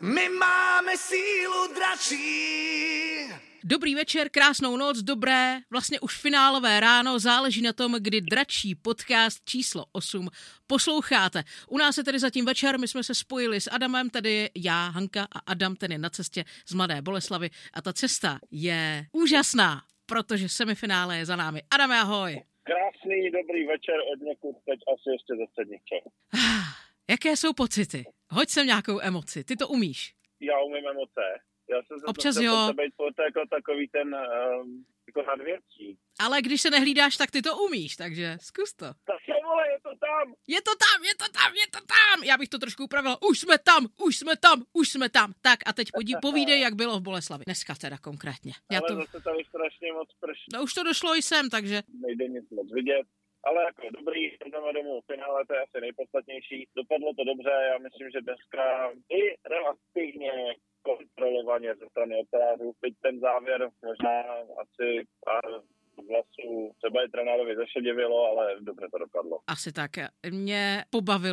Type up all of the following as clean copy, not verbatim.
My máme sílu dračí. Dobrý večer, krásnou noc, dobré, vlastně už finálové ráno, záleží na tom, kdy dračí podcast číslo 8 posloucháte. U nás je tedy zatím večer, my jsme se spojili s Adamem, tedy já, Hanka a Adam, ten je na cestě z Mladé Boleslavi a ta cesta je úžasná, protože semifinále je za námi. Adame, ahoj. Krásný, dobrý večer od někud, teď asi ještě ze středních Čech. Jaké jsou pocity? Hoď sem nějakou emoci, ty to umíš. Já umím emoce. Já jsem se občas jo. Být jako takový ten jako nadvěrčí. Ale když se nehlídáš, tak ty to umíš, takže zkus to. Tak je, vole, je to tam! Je to tam, je to tam, je to tam! Já bych to trošku upravila. Už jsme tam, už jsme tam, už jsme tam. Tak a teď povídej, jak bylo v Boleslavi. Dneska teda konkrétně. Ale zase tady strašně moc prší. No už to došlo i sem, takže... Nejde nic moc vidět. Ale jako dobrý, jdeme domů v finále, to je asi nejpodstatnější. Dopadlo to dobře, já myslím, že dneska i relativně kontrolovaně ze strany operářů. Teď ten závěr možná asi pár vlasů třeba i trenérovi zešedivilo, ale dobře to dopadlo. Asi tak. Mě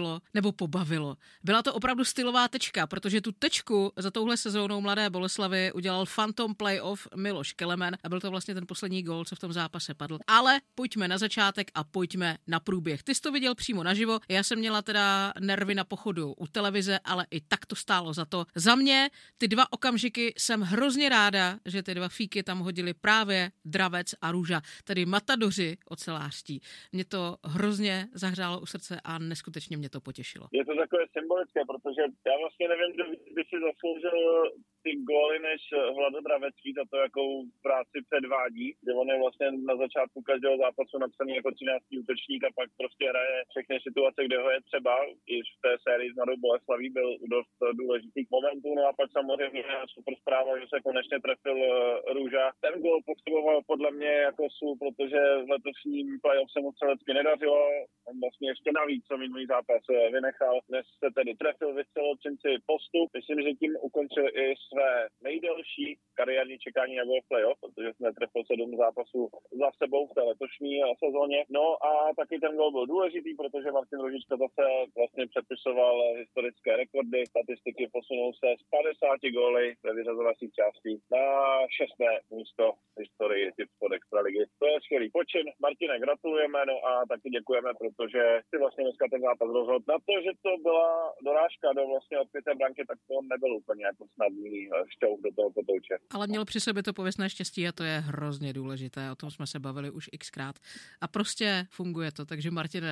pobavilo. Byla to opravdu stylová tečka, protože tu tečku za touhle sezónou Mladé Boleslavy udělal Phantom Playoff Miloš Kelemen a byl to vlastně ten poslední gól, co v tom zápase padl. Ale pojďme na začátek a pojďme na průběh. Ty jsi to viděl přímo naživo, já jsem měla teda nervy na pochodu u televize, ale i tak to stálo za to. Za mě ty dva okamžiky jsem hrozně ráda, že ty dva fíky tam hodili právě Dravec a Růža, tedy matadoři ocelářství. Mě to hrozně zahřálo u srdce a neskutečně mě to potěšilo. Je to takové symbolické, protože já vlastně nevím, kdo by si zasloužil ty góly než Vlado Dravecký za to, jakou práci předvádí, kde on je vlastně na začátku každého zápasu napsaný jako 13. útočník a pak prostě hraje všechny situace, kde ho je třeba. I v té sérii s Mladou Boleslaví byl u dost důležitých momentů, no a pak samozřejmě super zpráva, že se konečně trefil Růža. Ten gól potřeboval podle mě jako sůl, protože v letošním playoff se mu střelecky nedařilo. On vlastně ještě navíc, co minulý zápas vynechal. Dnes se tedy trefil, vystřelil Třinci postup. Myslím, že tím ukončil i své nejdelší kariérní čekání na gól playoff, protože jsme trefil 7 zápasů za sebou v té letošní sezóně. No a taky ten gól byl důležitý, protože Martin Rožička zase vlastně přepisoval historické rekordy. Statistiky posunul se z 50 góly ve vyřazovacích částí na 6. místo v historii tipsport extraligy. To je skvělý počin. Martine, gratulujeme, no a taky děkujeme, protože si vlastně dneska ten zápas rozhodl. Na to, že to byla dorážka do vlastně odkryté branky, tak to nebyl úplně jako snadný šťouch do toho potouče. Ale měl při sobě to pověstné štěstí a to je hrozně důležité. O tom jsme se bavili už xkrát. A prostě funguje to. Takže Martine,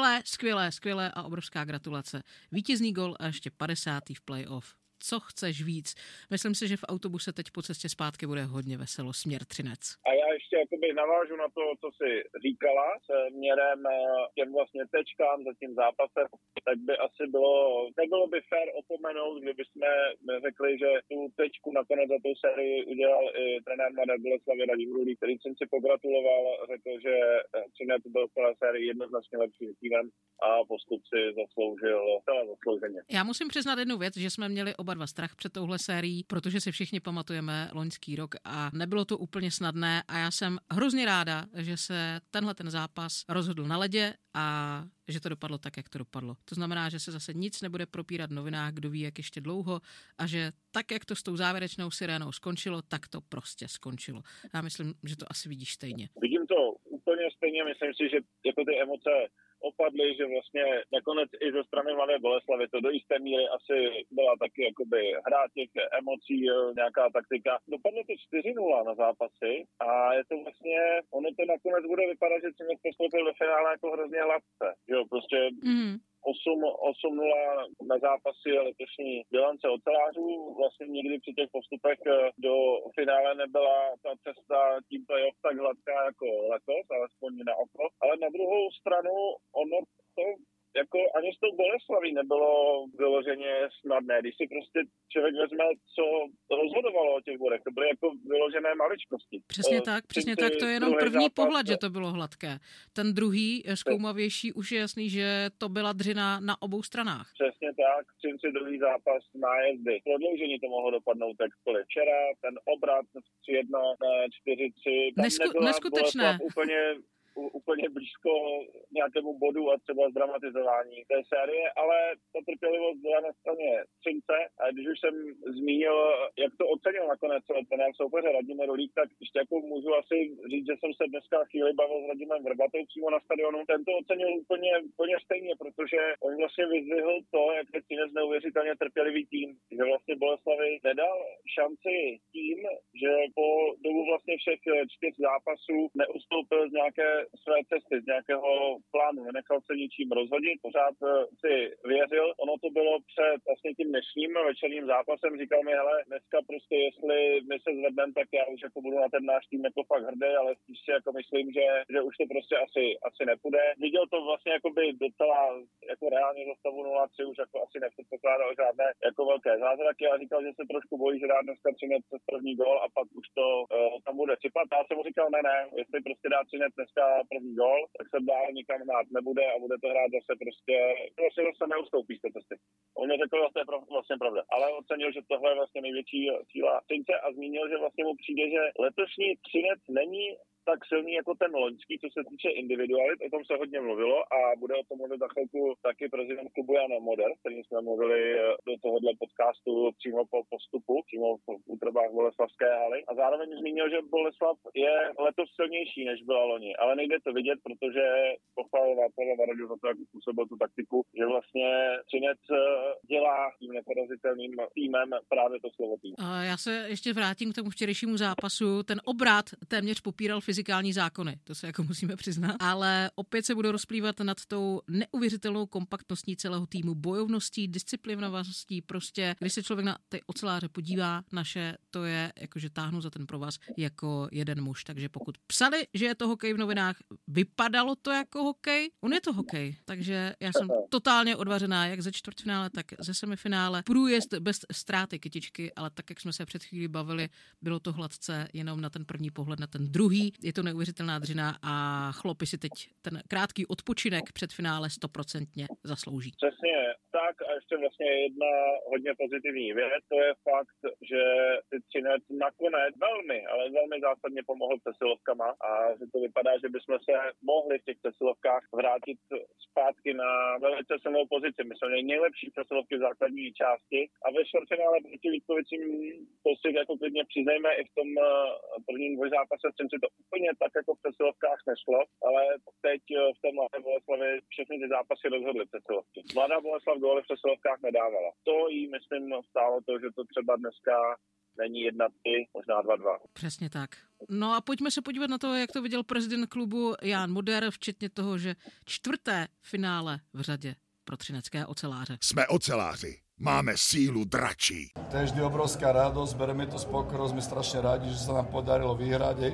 skvělé a obrovská gratulace. Vítězný gol a ještě 50. v playoff. Co chceš víc? Myslím si, že v autobuse teď po cestě zpátky bude hodně veselo směr Třinec. A já ještě jakoby navážu na to, co jsi říkala, směrem těm vlastně tečkám za tím zápasem, tak by asi nebylo by fér opomenout, kdyby jsme řekli, že tu tečku nakonec za tou sérii udělal i trenér Mladé Boleslavy Radim Rudý, který jsem si pogratuloval, řekl, že Třinec byl v té sérii jednoznačně lepším týmem a postup si zasloužil celé zaslouženě. Já musím přiznat jednu věc, že jsme měli oba dva strach před touhle sérií, protože si všichni pamatujeme loňský rok a nebylo to úplně snadné a já jsem hrozně ráda, že se tenhle ten zápas rozhodl na ledě a že to dopadlo tak, jak to dopadlo. To znamená, že se zase nic nebude propírat v novinách, kdo ví, jak ještě dlouho a že tak, jak to s tou závěrečnou sirénou skončilo, tak to prostě skončilo. Já myslím, že to asi vidíš stejně. Vidím to úplně stejně, myslím si, že jako ty emoce opadly, že vlastně nakonec i ze strany Mladé Boleslavy to do jisté míry asi byla taky jakoby hra těch emocí, nějaká taktika. Dopadlo to 4-0 na zápasy a je to vlastně, ono to nakonec bude vypadat, že Třinec postoupil do finále jako hrozně hladce. Jo, prostě 8-0 na zápasy letošní bilance ocelářů. Vlastně nikdy při těch postupech do finále nebyla ta cesta tím playoff tak hladká jako letos, alespoň na oko. Ale na druhou stranu ono to jako ani s tou Boleslaví nebylo vyloženě snadné. Když si prostě člověk vezme, co rozhodovalo o těch bodech, to byly jako vyložené maličkosti. Přesně tak, to je jenom první pohled, že to bylo hladké. Ten druhý, zkoumavější, už je jasný, že to byla dřina na obou stranách. Přesně tak, Třinci druhý zápas nájezdy. Prodloužení to mohlo dopadnout tak včera, ten obrat 3-1, 4-3. Neskutečné. úplně blízko nějakému bodu a třeba zdramatizování té série, ale ta trpělivost byla na straně Třince a když už jsem zmínil, jak to ocenil nakonec ten soupeře Radimir Rulík, tak ještě jako můžu asi říct, že jsem se dneska chvíli bavil s Radimem Vrbatou přímo na stadionu. Ten to ocenil úplně stejně, protože on vlastně vyzdvihl to, jak je Třinec neuvěřitelně trpělivý tým, že vlastně Boleslavi nedal šanci tím, že po dobu vlastně všech 4 zápasů neustoupil z nějaké své cesty, z nějakého plánu, nenechal se ničím rozhodit, pořád si věřil. Ono to bylo před vlastně tím dnešním večerním zápasem, říkal mi, hele, dneska prostě jestli my se zvedneme, tak já už jako budu na ten náš tým jako fakt hrdý, ale spíš si jako myslím, že už to prostě asi nepůjde. Viděl to vlastně jakoby docela jako reálně do stavu 0-3 už jako asi nepředpokládal žádné jako velké zázraky, ale říkal, že se trošku bojí, že dá dneska Třinec přes první gól a pak už to tam bude sypat. Já jsem mu říkal, ne, jestli prostě dá Třinec dneska první gól, tak se dál nikam hrát nebude a bude to hrát zase prostě zase neustoupí z té cesty. On mě řekl, že to je vlastně pravda, ale ocenil, že tohle je vlastně největší síla Třince a zmínil, že vlastně mu přijde, že letošní Třinec není tak silný jako ten loňský, co se týče individualit, o tom se hodně mluvilo a bude o tom mluvit za chvilku taky prezident klubu Jan Moder, kterým jsme mluvili do tohohle podcastu přímo po postupu, přímo v útrobách Boleslavské haly. A zároveň zmínil, že Boleslav je letos silnější, než byla loni, ale nejde to vidět, protože pochválil Václava Varadu za to, jak způsobil tu taktiku, že vlastně Třinec dělá tím neporazitelným týmem právě to slovo tým. Já se ještě vrátím k tomu včerejšímu zápasu. Ten obrat téměř popíral fyzikální zákony, to se jako musíme přiznat, ale opět se budu rozplývat nad tou neuvěřitelnou kompaktností celého týmu, bojovností, disciplinovaností, prostě, když se člověk na ty oceláře podívá, naše, to je jakože táhnu za ten provaz jako jeden muž, takže pokud psali, že je to hokej v novinách, vypadalo to jako hokej, on je to hokej, takže já jsem totálně odvařená, jak ze čtvrtfinále, tak ze semifinále, průjezd bez ztráty kytičky, ale tak, jak jsme se před chvílí bavili, bylo to hladce jenom na ten první pohled, na ten druhý. Je to neuvěřitelná dřina a chlapi si teď ten krátký odpočinek před finále 100% zaslouží. Přesně tak a ještě vlastně jedna hodně pozitivní věc, to je fakt, že Třinec nakonec velmi zásadně pomohl přesilovkama a že to vypadá, že bychom se mohli v těch přesilovkách vrátit zpátky na velice silnou pozici. My jsme měli nejlepší přesilovky v základní části a ve čtvrtfinále proti Vítkovicím to si jako klidně přiznejme i v tom prvním dvojzápase Třinci to úplně tak jako v přesilovkách nešlo, ale teď v té Mladé Boleslavi všechny ty zápasy rozhodly přesilovky. Mladá Boleslav góly v přesilovkách nedávala. To jí, myslím, stálo to, že to třeba dneska není 1-3, možná 2-2. Přesně tak. No a pojďme se podívat na to, jak to viděl prezident klubu Jan Moder, včetně toho, že 4. finále v řadě pro třinecké oceláře. Jsme oceláři. Máme sílu dračí. To je vždy obrovská radosť, bereme to s pokorou, sme strašne rádi, že sa nám podarilo vyhrať.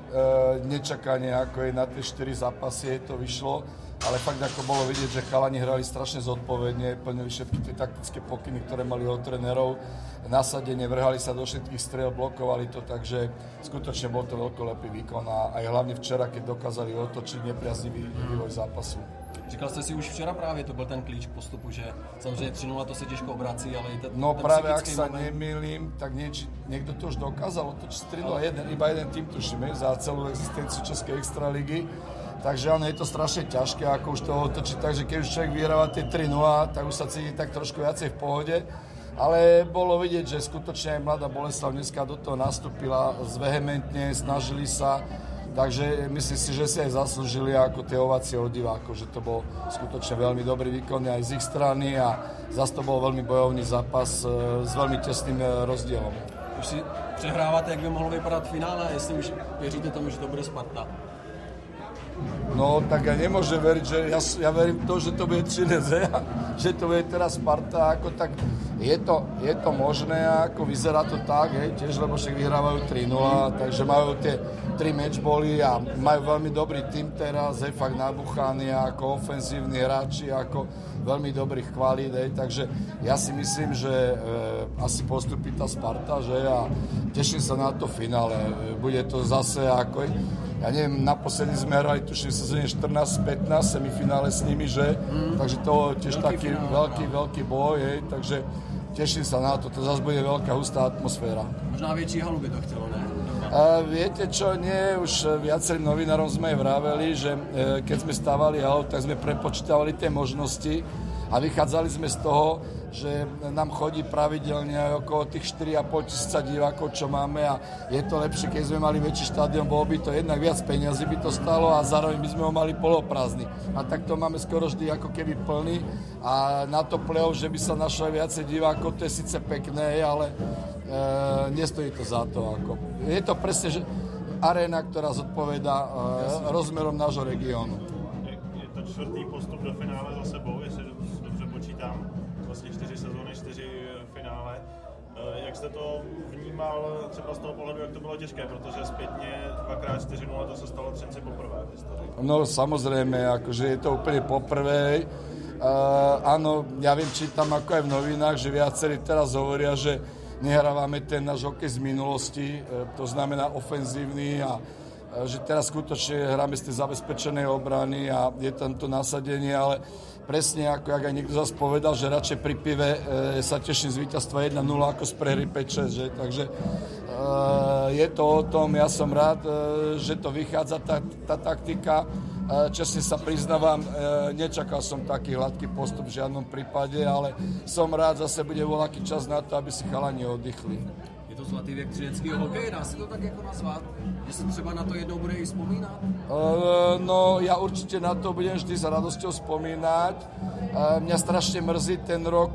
Nečakanie, ako je na tie 4 zápasy to vyšlo, ale fakt ako bolo vidieť, že chalani hrali strašne zodpovedne, plnili všetky tie taktické pokyny, ktoré mali od trénerov, nasadenie, vrhali sa do všetkých striel, blokovali to, takže skutočne bol to veľkolepý výkon a aj hlavne včera, keď dokázali otočiť nepriaznivý vývoj zápasu. Říkal jste si už včera právě, to byl ten klíč k postupu, že samozřejmě 3-0 to se těžko obrací, ale i ten práve ak sa moment... nemýlim, tak niekto to už dokázal otočiť 3-0, iba jeden tým tušíme za celú existenciu Českej extraligy. Takže áno, je to strašne ťažké, ako už to otočiť, takže keď už človek vyhráva tie 3-0, tak už sa cíti tak trošku viacej v pohode. Ale bolo vidieť, že skutočne aj Mladá Boleslav dneska do toho nastúpila vehementne, snažili sa. Takže myslím si, že si aj zaslúžili ako tie ovácie od divákov, že to bol skutočne veľmi dobrý výkon aj z ich strany a zase to bol veľmi bojovný zápas s veľmi tesným rozdielom. Už si přehráváte, jak by mohlo vypadat finále, jestli už věříte tomu, že to bude Sparta? No, tak ja nemôžem veriť, že ja verím to, že to bude Třinec, že to bude teraz Sparta, ako tak je to možné, ako vyzerá to tak, tiež, lebo však vyhrávajú 3-0, takže majú tie 3 matchbally a majú veľmi dobrý tým teraz, fakt nabuchaný, ako ofenzívni hráči, ako veľmi dobrých kvalít, takže ja si myslím, že asi postupí tá Sparta, že a teším sa na to finále, bude to zase ako ja neviem, naposledy sme hrali tuším sezóne 14-15 semifinále s nimi, že? Takže to tiež taký veľký boj, takže teším sa na to zase bude veľká hustá atmosféra. Možná větší halu by to chtělo, ne? Viete čo, nie, už viacerým novinárom sme aj vraveli, že keď sme stávali aut, tak sme prepočítavali tie možnosti a vychádzali sme z toho, že nám chodí pravidelne okolo tých 4,5 tisíca divákov, čo máme a je to lepšie, keď sme mali väčší štádion, bolo by to jednak viac peniazy by to stalo a zároveň by sme ho mali poloprázdny. A tak to máme skoro vždy ako keby plný a na to play-off, že by sa našlo viacej divákov, to je síce pekné, ale nestojí to za to. Je to presne že aréna, ktorá zodpovedá rozmerom nášho regiónu. Je to čtvrtý postup do finále za sebou, jestli dobře počítám. Vlastně 4 sezóny, 4 finále. Jak jste to vnímal třeba z toho pohledu, jak to bylo těžké, protože zpětně 2x4-0 to se stalo Třinci poprvé v historii? No samozrejme, akože je to úplne poprvé. Áno, ja viem, čítam ako aj v novinách, že viacerí teraz hovoria, že nehrávame ten náš hokej z minulosti, to znamená ofenzívny a že teraz skutočne hráme z tej zabezpečenej obrany a je tam to nasadenie, ale presne ako jak aj niekto zase povedal, že radšej pri pive sa teším z víťazstva 1-0 ako z prehry 5-6, že? Takže je to o tom, ja som rád, že to vychádza tá taktika. Čestne sa priznávam, nečakal som taký hladký postup v žiadnom prípade, ale som rád, zase bude voľaký čas na to, aby si chalani oddychli. Je to zlatý věk třineckého hokeje, dá se to tak jako nazvat? Že se třeba na to jednou bude i vzpomínat? No, ja určite na to budem vždy s radosťou spomínať. Mňa strašne mrzí ten rok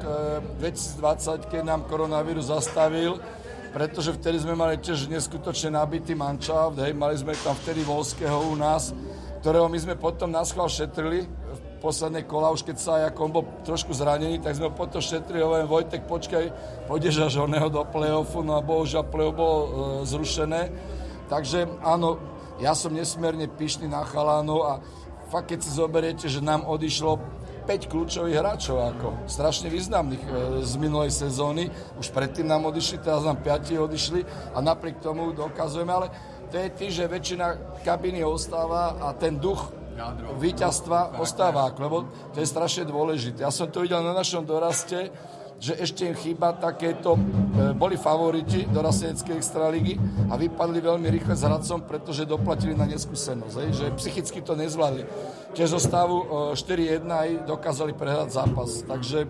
2020, keď nám koronavírus zastavil, pretože vtedy sme mali tiež neskutočne nabitý manšaft, hej, mali sme tam vtedy Volského u nás, ktorého my sme potom naschvál šetrili v poslednej kola, už keď sa ako on bol trošku zranený, tak sme ho potom šetrili, hovorím, Vojtek, počkaj, pôjdeš až oného do play-offu, no a bohužiaľ play-off bolo zrušené. Takže áno, ja som nesmierne pyšný na chalánov a fakt, keď si zoberiete, že nám odišlo 5 kľúčových hráčov, ako strašne významných z minulej sezóny, už predtým nám odišli, teraz nám 5 odišli a napriek tomu dokazujeme, ale to je tým, že väčšina kabíny ostáva a ten duch víťazstva ostáva, lebo to je strašne dôležité. Ja som to videl na našom doraste, že ešte im chýba takéto, boli favoriti do rasteneckej extraligy a vypadli veľmi rýchle s Hradcom, pretože doplatili na neskúsenosť, že psychicky to nezvládli. Tiež zo stavu 4-1 aj dokázali prehrať zápas, takže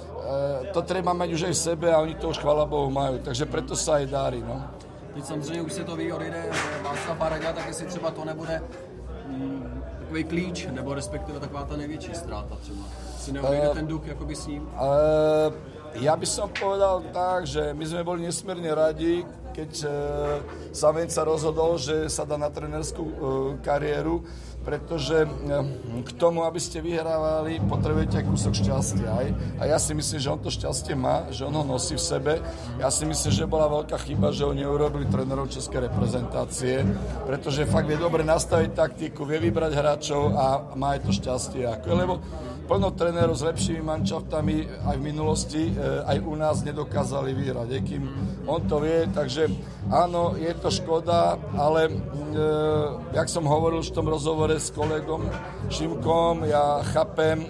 to treba mať už aj v sebe a oni to už chvála Bohu majú, takže preto sa aj dári. No. Teď samozřejmě už se to ví, odjede Václav Baraňa, tak jestli třeba to nebude takový klíč, nebo respektive taková ta největší ztráta třeba. Si neodjede ten duch jakoby s ním? Ja by som povedal tak, že my sme boli nesmierne radi, keď sa Venca rozhodol, že sa dá na trenérskú kariéru, pretože k tomu, aby ste vyhrávali, potrebujete aj kúsok šťastia. A ja si myslím, že on to šťastie má, že on ho nosí v sebe. Ja si myslím, že bola veľká chyba, že ho neurobili trénerov českej reprezentácie, pretože fakt vie dobre nastaviť taktiku, vie vybrať hráčov a má aj to šťastie. Lebo plno trénerov s lepšími manšaftami aj v minulosti, aj u nás nedokázali vyhrať. Kým on to vie, takže áno, je to škoda, ale jak som hovoril v tom rozhovore s kolegom Šimkom, ja chápem,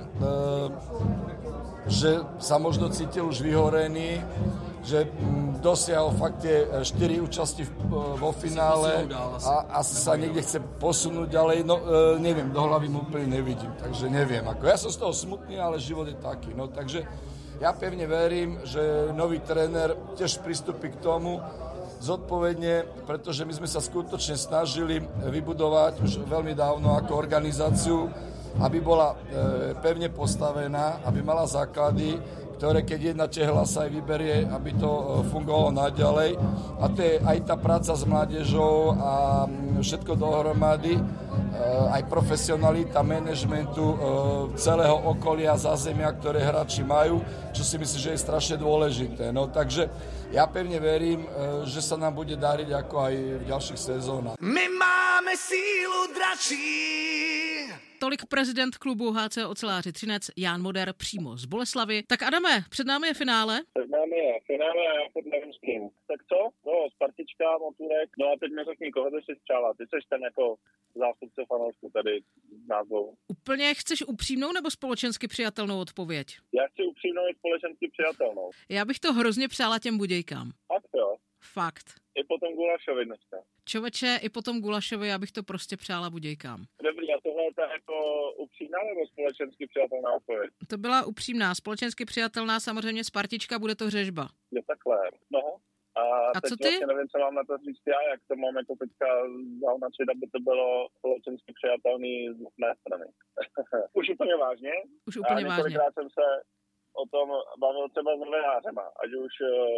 že sa možno cítil už vyhorený, že dosiahol fakt tie 4 účasti vo finále a asi sa niekde chce posunúť ďalej. No neviem, do hlavy mu úplne nevidím, takže neviem. Ja som z toho smutný, ale život je taký. No, takže ja pevne verím, že nový tréner tiež pristúpi k tomu zodpovedne, pretože my sme sa skutočne snažili vybudovať už veľmi dávno ako organizáciu, aby bola pevne postavená, aby mala základy, ktoré keď jedna tehla sa aj vyberie, aby to fungovalo naďalej. A to je aj tá práca s mládežou a všetko dohromady, aj profesionalita manažmentu celého okolia, zázemia, ktoré hráči majú, čo si myslím, že je strašne dôležité. No, takže ja pevne verím, že sa nám bude dariť ako aj v ďalších sezónach. My máme sílu dračí. Tolik prezident klubu HC Oceláři Třinec Jan Moder přímo z Boleslavy. Tak Adame, před námi je finále. Před námi je finále a já pod nevím s kým. Tak co? No, Spartička, Motůrek. No a teď mi řekni, koho by si střála. Ty seš ten jako zástupce fanoušků tady názvou. Úplně chceš upřímnou nebo společensky přijatelnou odpověď? Já chci upřímnou i společensky přijatelnou. Já bych to hrozně přála těm Budějkám. Fakt jo? Fakt. I po tom Gulašovi dneska. Čověče, i po tom Gulašovi, já bych to prostě přála budějkám. Dobrý, a tohle je ta jako upřímná nebo společensky přijatelná odpověď? To byla upřímná, společensky přijatelná, samozřejmě Spartička, bude to Hřežba. Je takhle, no. A teď co ty? vlastně nevím, co mám na to říct já, jak to mám jako teďka zaoznačit, aby to bylo společensky přijatelný z mé strany. Už úplně vážně. Už úplně vážně. Několikrát jsem se o tom bavil třeba s novinářema, ať už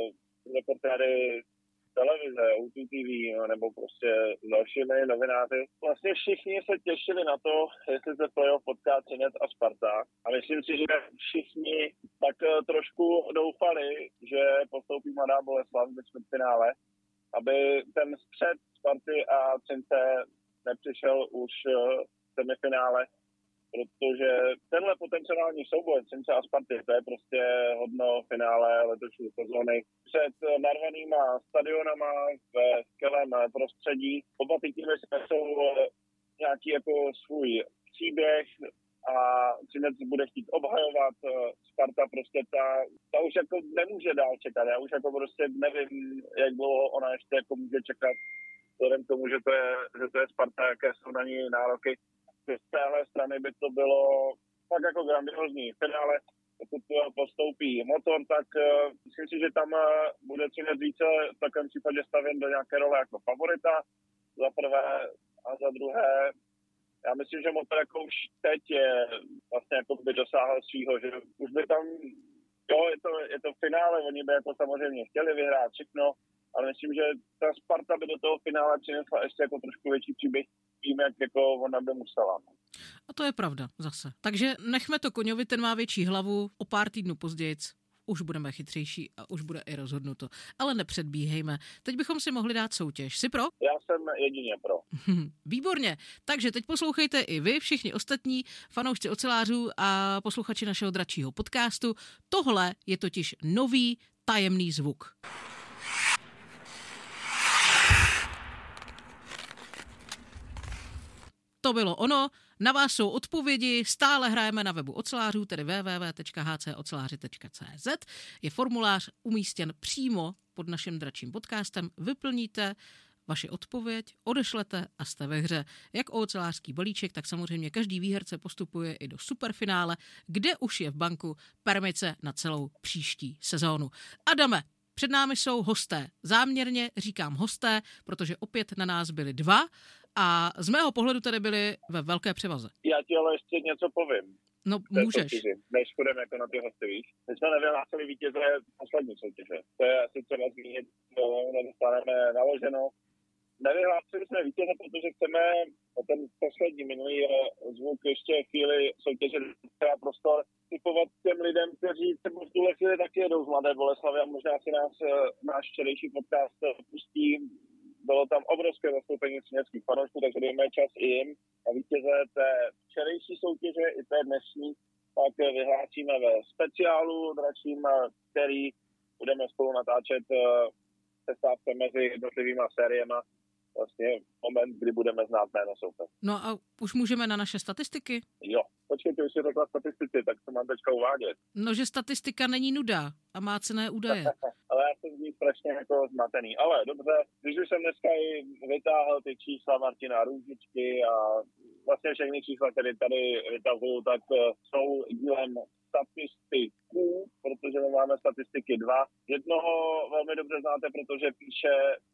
reportéry televize, UTV, nebo prostě s dalšími novináři. Vlastně všichni se těšili na to, jestli se playoff potká Třinec a Sparta. A myslím si, že všichni tak trošku doufali, že postoupí Mladá Boleslav ve čtvrtfinále, aby ten střed Sparty a Třince nepřišel už v semifinále, protože tenhle potenciální souboj Třince a Sparty, to je prostě hodno finále letošní sezóny před narvanýma stadionama v skvělém prostředí. Oba ty týmy jsou nějaký jako svůj příběh a Třinec bude chtít obhajovat. Sparta prostě ta už jako nemůže dál čekat. Já už jako prostě nevím, jak dlouho ona ještě jako může čekat vzhledem k tomu, že to je Sparta, jaké jsou na ní nároky. Z téhle strany by to bylo tak jako grandiozní finále. Pokud postoupí motor, tak myslím si, že tam bude Třinec více v takovém případě stavěn do nějaké role jako favorita za prvé a za druhé. Já myslím, že motor jako už teď je vlastně jako by dosáhl svýho, že už by tam, jo, je to finále, oni by jako samozřejmě chtěli vyhrát všechno, ale myslím, že ta Sparta by do toho finále přinesla ještě jako trošku větší příběh tím, jak jako ona by musela. A to je pravda zase. Takže nechme to Koňovi, ten má větší hlavu, o pár týdnů později už budeme chytřejší a už bude i rozhodnuto. Ale nepředbíhejme. Teď bychom si mohli dát soutěž. Jsi pro? Já jsem jedině pro. Výborně. Takže teď poslouchejte i vy, všichni ostatní fanoušci ocelářů a posluchači našeho dračího podcastu. Tohle je totiž nový tajemný zvuk. To bylo ono, na vás jsou odpovědi, stále hrajeme na webu ocelářů, tedy www.hcoceláři.cz. Je formulář umístěn přímo pod naším dračím podcastem, vyplníte vaši odpověď, odešlete a jste ve hře. Jak o ocelářský balíček, tak samozřejmě každý výherce postupuje i do superfinále, kde už je v banku permice na celou příští sezónu. Adame, před námi jsou hosté. Záměrně říkám hosté, protože opět na nás byli dva, a z mého pohledu tady byli ve velké převaze. Já ti ale ještě něco povím. No, můžeš. Než půjdeme jako na ty hosty, víš. My jsme nevyhlásili vítěze poslední soutěže. To je asi třeba zmínit, nedostaneme naloženo. Nevyhlásili jsme vítěze, protože chceme ten poslední minulý zvuk ještě chvíli soutěže třeba prostor typovat těm lidem, kteří třeba v tuhle chvíli taky jedou z Mladé Boleslavy a možná si náš včerejší podcast pustí. Bylo tam obrovské zastoupení třineckých fanoušků, takže dejme čas i jim. A vítěze té včerejší soutěže i té dnešní pak vyhlásíme ve speciálu dračím, který budeme spolu natáčet přestávce mezi jednotlivýma sériema. Vlastně moment, kdy budeme znát jméno soupeře. No a už můžeme na naše statistiky? Jo, počkejte, už je takhle statistiky, tak to mám teďka uvádět. No, že statistika není nuda a má cenné údaje. Ale já jsem z ní strašně jako zmatený. Ale dobře, když už jsem dneska i vytáhl ty čísla Martina Růžičky a vlastně všechny čísla, které tady vytahuju, tak jsou dílem statistiků, protože my máme statistiky 2. Jednoho velmi dobře znáte, protože píše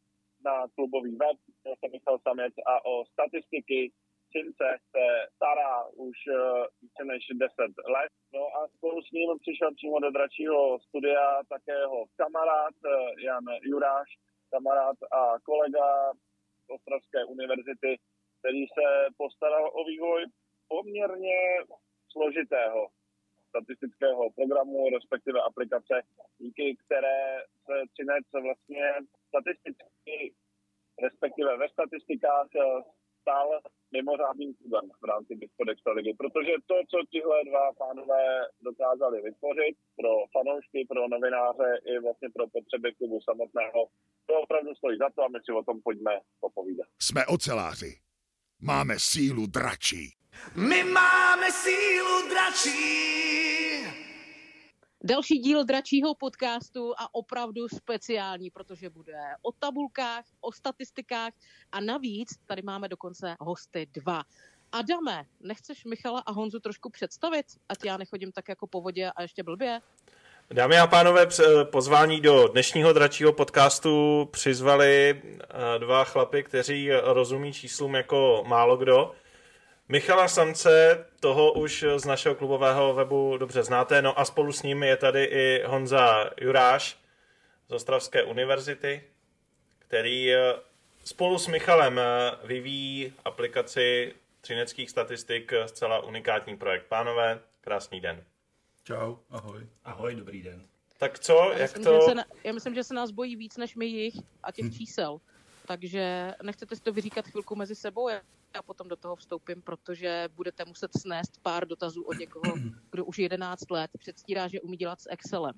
na klubový web, Michal Samec, a o statistiky Třince se stará už více než 10 let. No a spolu s ním přišel přímo do dračího studia také jeho kamarád Jan Juráš, kamarád a kolega z Ostravské univerzity, který se postaral o vývoj poměrně složitého statistického programu, respektive aplikace, díky které se Třinec vlastně statisticky, respektive ve statistikách stál mimořádným klubem v rámci extraligy, protože to, co tihle dva pánové dokázali vytvořit pro fanoušky, pro novináře i vlastně pro potřeby klubu samotného, to opravdu stojí za to a my si o tom pojďme popovídat. Jsme oceláři. Máme sílu dračí. My máme sílu dračí. Další díl Dračího podcastu a opravdu speciální, protože bude o tabulkách, o statistikách a navíc tady máme dokonce hosty 2. Adame, nechceš Michala a Honzu trošku představit, ať já nechodím tak jako po vodě a ještě blbě? Dámy a pánové, pozvání do dnešního Dračího podcastu přizvali 2 chlapy, kteří rozumí číslům jako málo kdo. Michala Samce, toho už z našeho klubového webu dobře znáte, no a spolu s ním je tady i Honza Juráš z Ostravské univerzity, který spolu s Michalem vyvíjí aplikaci třineckých statistik, zcela unikátní projekt. Pánové, krásný den. Čau, ahoj. Ahoj, dobrý den. Tak co, Já myslím, že se nás bojí víc než my jich a těch čísel. Takže nechcete si to vyříkat chvilku mezi sebou? Já potom do toho vstoupím, protože budete muset snést pár dotazů od někoho, kdo už 11 let předstírá, že umí dělat s Excelem.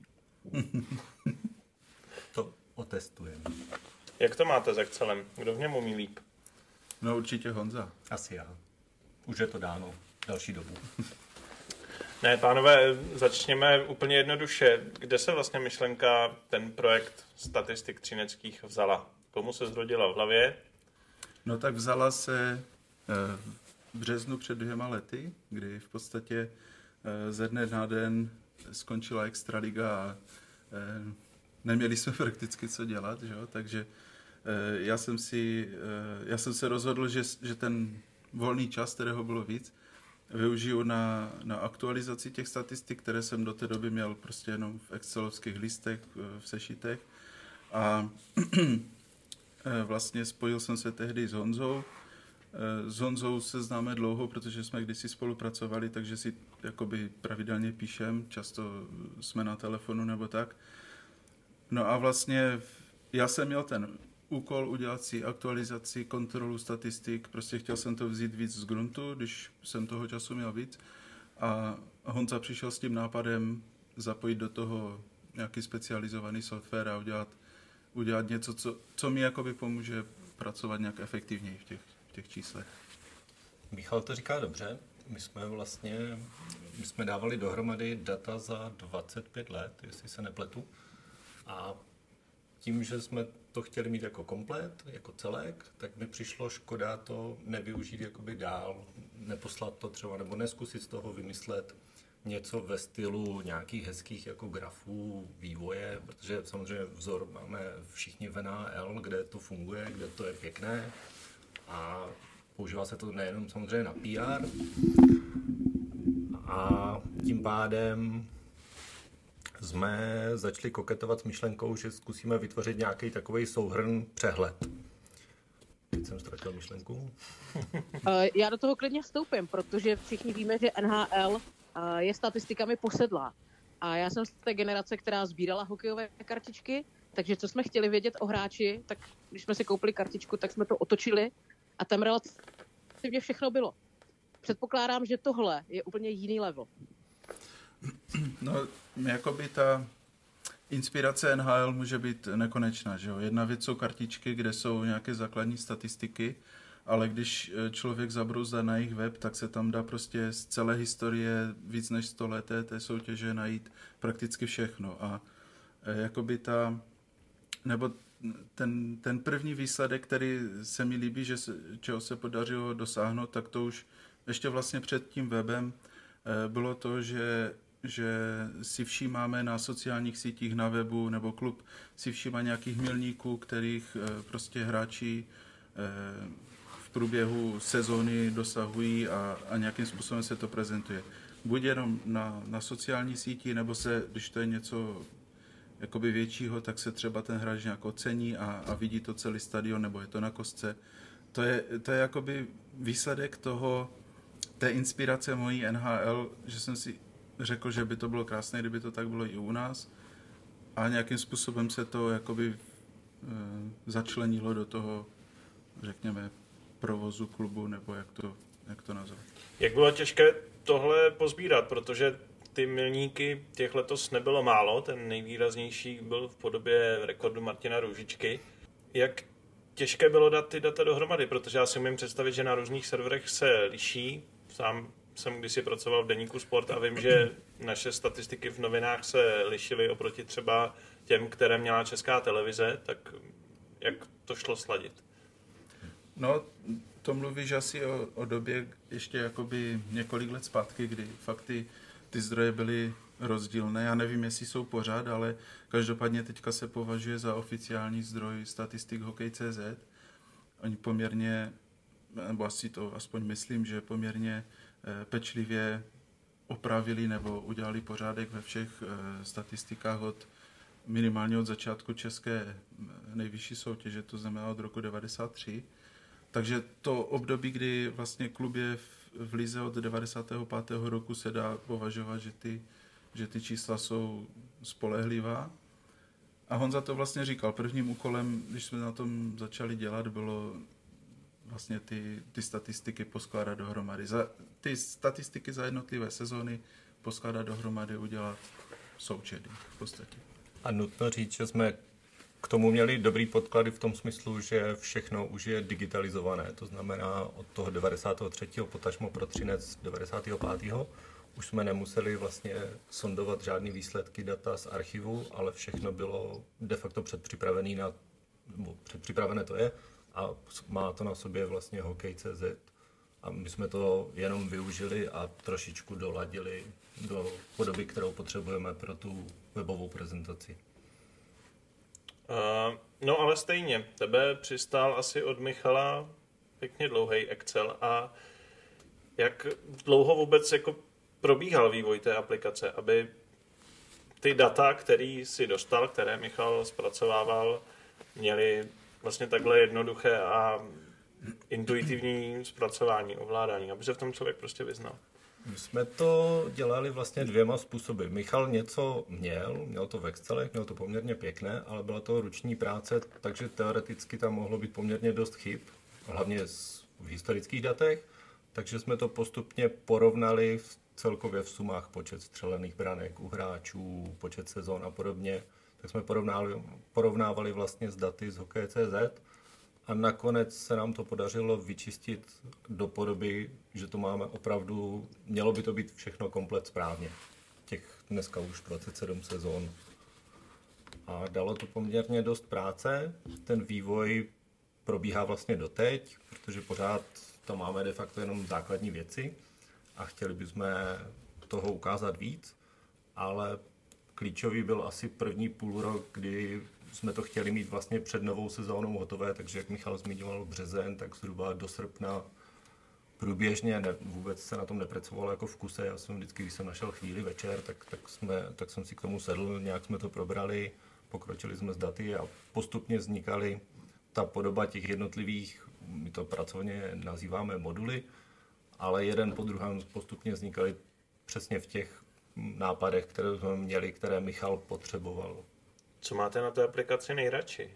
To otestujeme. Jak to máte s Excelem? Kdo v něm umí líp? No určitě Honza. Asi já. Už je to dáno další dobu. Ne, pánové, začněme úplně jednoduše. Kde se vlastně myšlenka, ten projekt statistik třineckých vzala? Komu se zrodila v hlavě? No tak vzala se v březnu před 2 lety, kdy v podstatě ze dne na den skončila extraliga a neměli jsme prakticky co dělat, že jo? Takže já jsem se rozhodl, že ten volný čas, kterého bylo víc, využiju na aktualizaci těch statistik, které jsem do té doby měl prostě jenom v excelovských listech, v sešitech. A vlastně spojil jsem se tehdy s Honzou. S Honzou se známe dlouho, protože jsme kdysi spolupracovali, takže si jakoby pravidelně píšem, často jsme na telefonu nebo tak. No a vlastně já jsem měl ten úkol udělat si aktualizaci, kontrolu statistik, prostě chtěl jsem to vzít víc z gruntu, když jsem toho času měl víc. A Honza přišel s tím nápadem zapojit do toho nějaký specializovaný software a udělat něco, co mi jakoby pomůže pracovat nějak efektivněji v těch číslech. Michal to říká dobře. My jsme dávali dohromady data za 25 let, jestli se nepletu. A tím, že jsme to chtěli mít jako komplet, jako celek, tak mi přišlo škoda to nevyužít jakoby dál, neposlat to třeba, nebo neskusit z toho vymyslet něco ve stylu nějakých hezkých jako grafů vývoje, protože samozřejmě vzor máme všichni v NAL, kde to funguje, kde to je pěkné a používá se to nejenom samozřejmě na PR a tím pádem jsme začali koketovat s myšlenkou, že zkusíme vytvořit nějaký takový souhrn přehled. Teď jsem ztratil myšlenku. Já do toho klidně vstoupím, protože všichni víme, že NHL je statistikami posedlá. A já jsem z té generace, která sbírala hokejové kartičky, takže co jsme chtěli vědět o hráči, tak když jsme si koupili kartičku, tak jsme to otočili a tam relativně všechno bylo. Předpokládám, že tohle je úplně jiný level. No, jakoby ta inspirace NHL může být nekonečná, že jo? Jedna věc jsou kartičky, kde jsou nějaké základní statistiky, ale když člověk zabrouzá na jejich web, tak se tam dá prostě z celé historie víc než 100 let té soutěže najít prakticky všechno. A jakoby ten první výsledek, který se mi líbí, čeho se podařilo dosáhnout, tak to už ještě vlastně před tím webem bylo to, že si všímáme na sociálních sítích, na webu, nebo klub si všímá nějakých milníků, kterých prostě hráči v průběhu sezóny dosahují a nějakým způsobem se to prezentuje. Buď jenom na sociální síti, nebo se, když to je něco jakoby většího, tak se třeba ten hráč nějak ocení a vidí to celý stadion, nebo je to na kostce. To je jakoby výsledek té inspirace mojí NHL, že jsem si řekl, že by to bylo krásné, kdyby to tak bylo i u nás. A nějakým způsobem se to jakoby začlenilo do toho, řekněme, provozu klubu, nebo jak to nazvat. Jak bylo těžké tohle pozbírat, protože ty milníky těch letos nebylo málo, ten nejvýraznější byl v podobě rekordu Martina Růžičky. Jak těžké bylo dát ty data dohromady, protože já si umím představit, že na různých serverech se liší. Sám jsem kdysi pracoval v deníku Sport a vím, že naše statistiky v novinách se lišily oproti třeba těm, které měla Česká televize, tak jak to šlo sladit? No, to mluvíš asi o době ještě jakoby několik let zpátky, kdy fakt ty zdroje byly rozdílné. Já nevím, jestli jsou pořád, ale každopádně teďka se považuje za oficiální zdroj statistik Hokej.cz. Oni poměrně, nebo asi to aspoň myslím, že poměrně pečlivě opravili nebo udělali pořádek ve všech statistikách minimálně od začátku české nejvyšší soutěže, to znamená od roku 1993. Takže to období, kdy vlastně klub je v lize od 95. roku, se dá považovat, že ty čísla jsou spolehlivá. A Honza to vlastně říkal. Prvním úkolem, když jsme na tom začali dělat, bylo vlastně ty statistiky poskládat dohromady. Ty statistiky za jednotlivé sezóny poskládat dohromady, udělat součety v podstatě. A nutno říct, že jsme k tomu měli dobrý podklady v tom smyslu, že všechno už je digitalizované. To znamená od toho 93. potažmo pro Třinec 95. Už jsme nemuseli vlastně sondovat žádný výsledky data z archivu, ale všechno bylo de facto předpřipravené to je a má to na sobě vlastně Hokej.cz. A my jsme to jenom využili a trošičku doladili do podoby, kterou potřebujeme pro tu webovou prezentaci. No ale stejně, tebe přistál asi od Michala pěkně dlouhý Excel a jak dlouho vůbec jako probíhal vývoj té aplikace, aby ty data, který si dostal, které Michal zpracovával, měly vlastně takhle jednoduché a intuitivní zpracování, ovládání, aby se v tom člověk prostě vyznal. My jsme to dělali vlastně dvěma způsoby. Michal něco měl to v Excelech, měl to poměrně pěkné, ale byla to ruční práce, takže teoreticky tam mohlo být poměrně dost chyb, hlavně v historických datech, takže jsme to postupně porovnali celkově v sumách počet střelených branek u hráčů, počet sezon a podobně, tak jsme porovnávali vlastně s daty z Hokej.cz a nakonec se nám to podařilo vyčistit do podoby, že to máme opravdu, mělo by to být všechno komplet správně. Těch dneska už 27 sezon. A dalo to poměrně dost práce. Ten vývoj probíhá vlastně doteď, protože pořád tam máme de facto jenom základní věci a chtěli bychom toho ukázat víc, ale klíčový byl asi první půlrok, kdy jsme to chtěli mít vlastně před novou sezónou hotové, takže jak Michal zmiňoval březen, tak zhruba do srpna průběžně, vůbec se na tom nepracovalo jako v kuse. Já jsem vždycky, když jsem našel chvíli večer, tak jsem si k tomu sedl, nějak jsme to probrali, pokročili jsme s daty a postupně vznikaly ta podoba těch jednotlivých, my to pracovně nazýváme moduly, ale jeden po druhém postupně vznikaly přesně v těch nápadech, které jsme měli, které Michal potřeboval. Co máte na té aplikaci nejradši?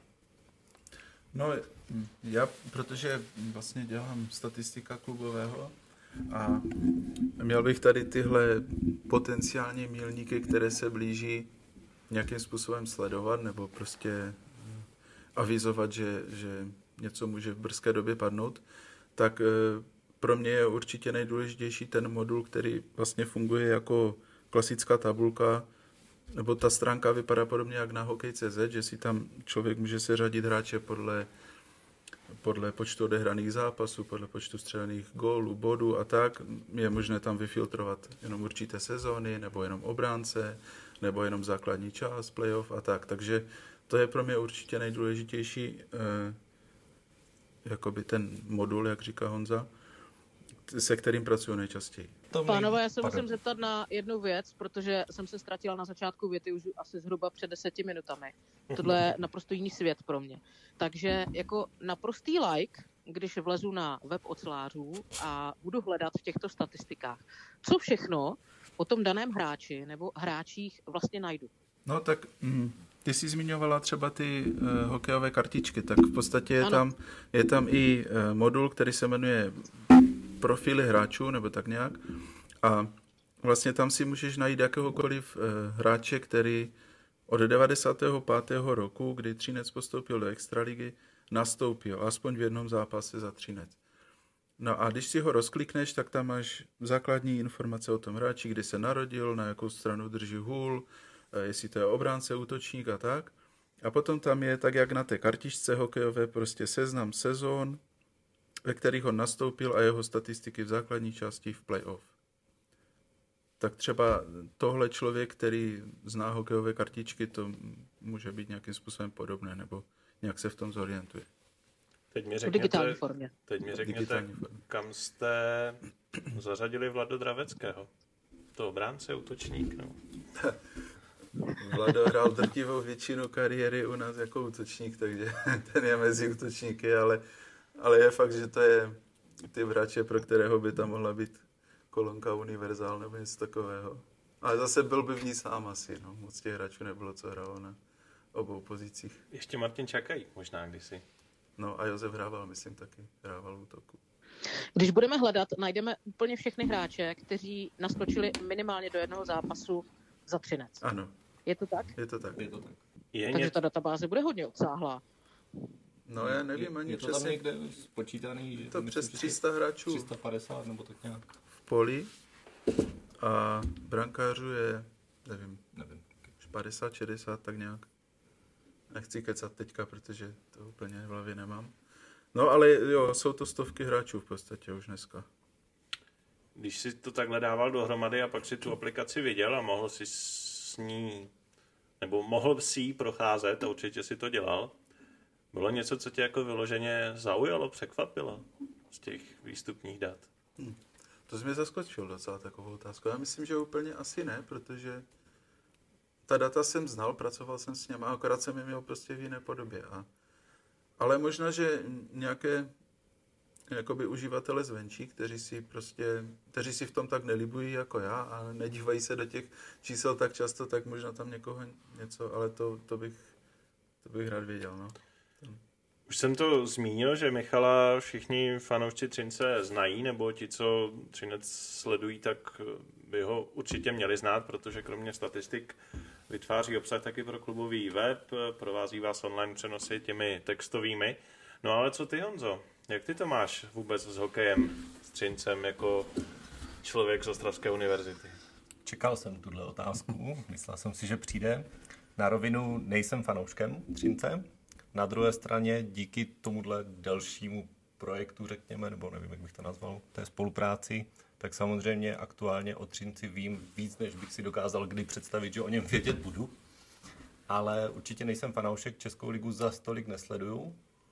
No, já, protože vlastně dělám statistika klubového a měl bych tady tyhle potenciální milníky, které se blíží, nějakým způsobem sledovat nebo prostě avizovat, že něco může v brzké době padnout, tak pro mě je určitě nejdůležitější ten modul, který vlastně funguje jako klasická tabulka, nebo ta stránka vypadá podobně jak na Hokej.cz, že si tam člověk může seřadit hráče podle počtu odehraných zápasů, podle počtu střelených gólů, bodů a tak. Je možné tam vyfiltrovat jenom určité sezóny, nebo jenom obránce, nebo jenom základní část, playoff a tak. Takže to je pro mě určitě nejdůležitější, jakoby ten modul, jak říká Honza, se kterým pracuju nejčastěji. Pánové, já se musím zeptat na jednu věc, protože jsem se ztratila na začátku věty už asi zhruba před 10 minutami. Tohle je naprosto jiný svět pro mě. Takže jako naprostý like, když vlezu na web ocelářů a budu hledat v těchto statistikách, co všechno o tom daném hráči nebo hráčích vlastně najdu. No tak ty jsi zmiňovala třeba ty hokejové kartičky, tak v podstatě je tam i modul, který se jmenuje profily hráčů, nebo tak nějak. A vlastně tam si můžeš najít jakéhokoliv hráče, který od 95. roku, kdy Třinec postoupil do extraligy, nastoupil aspoň v jednom zápase za Třinec. No a když si ho rozklikneš, tak tam máš základní informace o tom hráči, kdy se narodil, na jakou stranu drží hůl, jestli to je obránce, útočník a tak. A potom tam je, tak jak na té kartičce hokejové, prostě seznam sezón, ve kterých on nastoupil a jeho statistiky v základní části v playoff. Tak třeba tohle člověk, který zná hokejové kartičky, to může být nějakým způsobem podobné, nebo nějak se v tom zorientuje. Teď mi řekněte, kam jste zařadili Vlado Draveckého? To obránce, útočník, no. Vlado hrál drtivou většinu kariéry u nás jako útočník, takže ten je mezi útočníky, ale je fakt, že to je ty hráče, pro kterého by tam mohla být kolonka univerzál nebo něco takového. Ale zase byl by v ní sám asi, no. Moc těch hráčů nebylo, co hrálo na obou pozicích. Ještě Martin Čakaj možná kdysi. No a Josef hrával, myslím taky, hrával v útoku. Když budeme hledat, najdeme úplně všechny hráče, kteří naskočili minimálně do jednoho zápasu za Třinec. Ano. Je to tak? Je to tak. Takže ta databáze bude hodně obsáhlá. No já nevím ani přesně. Je to tam někde spočítaný? Je to přes 300 hráčů. 350 nebo tak nějak. V poli a brankářů je, nevím. 50, 60, tak nějak. Nechci kecat teďka, protože to úplně v hlavě nemám. No ale jo, jsou to stovky hráčů v podstatě už dneska. Když si to takhle dával dohromady a pak si tu aplikaci viděl a mohl si s ní, nebo mohl si ji procházet, a určitě si to dělal, bylo něco, co tě jako vyloženě zaujalo, překvapilo z těch výstupních dat? To jsi mě zaskočil docela takovou otázku. Já myslím, že úplně asi ne, protože ta data jsem znal, pracoval jsem s něma, akorát jsem je měl prostě v jiné podobě. Ale možná, že nějaké jakoby uživatele zvenčí, kteří si v tom tak nelibují jako já a nedívají se do těch čísel tak často, tak možná tam někoho něco, ale to bych rád věděl. No. Už jsem to zmínil, že Michala všichni fanoušci Třince znají, nebo ti, co Třinec sledují, tak by ho určitě měli znát, protože kromě statistik vytváří obsah taky pro klubový web, provází vás online přenosy těmi textovými. No ale co ty, Honzo? Jak ty to máš vůbec s hokejem, s Třincem, jako člověk z Ostravské univerzity? Čekal jsem tuhle otázku, myslel jsem si, že přijde. Na rovinu nejsem fanouškem Třince. Na druhé straně díky tomuhle dalšímu projektu, řekněme, nebo nevím, jak bych to nazval, té spolupráci, tak samozřejmě aktuálně o Třinci vím víc, než bych si dokázal kdy představit, že o něm vědět budu. Ale určitě nejsem fanoušek, Českou ligu za tolik nesleduju.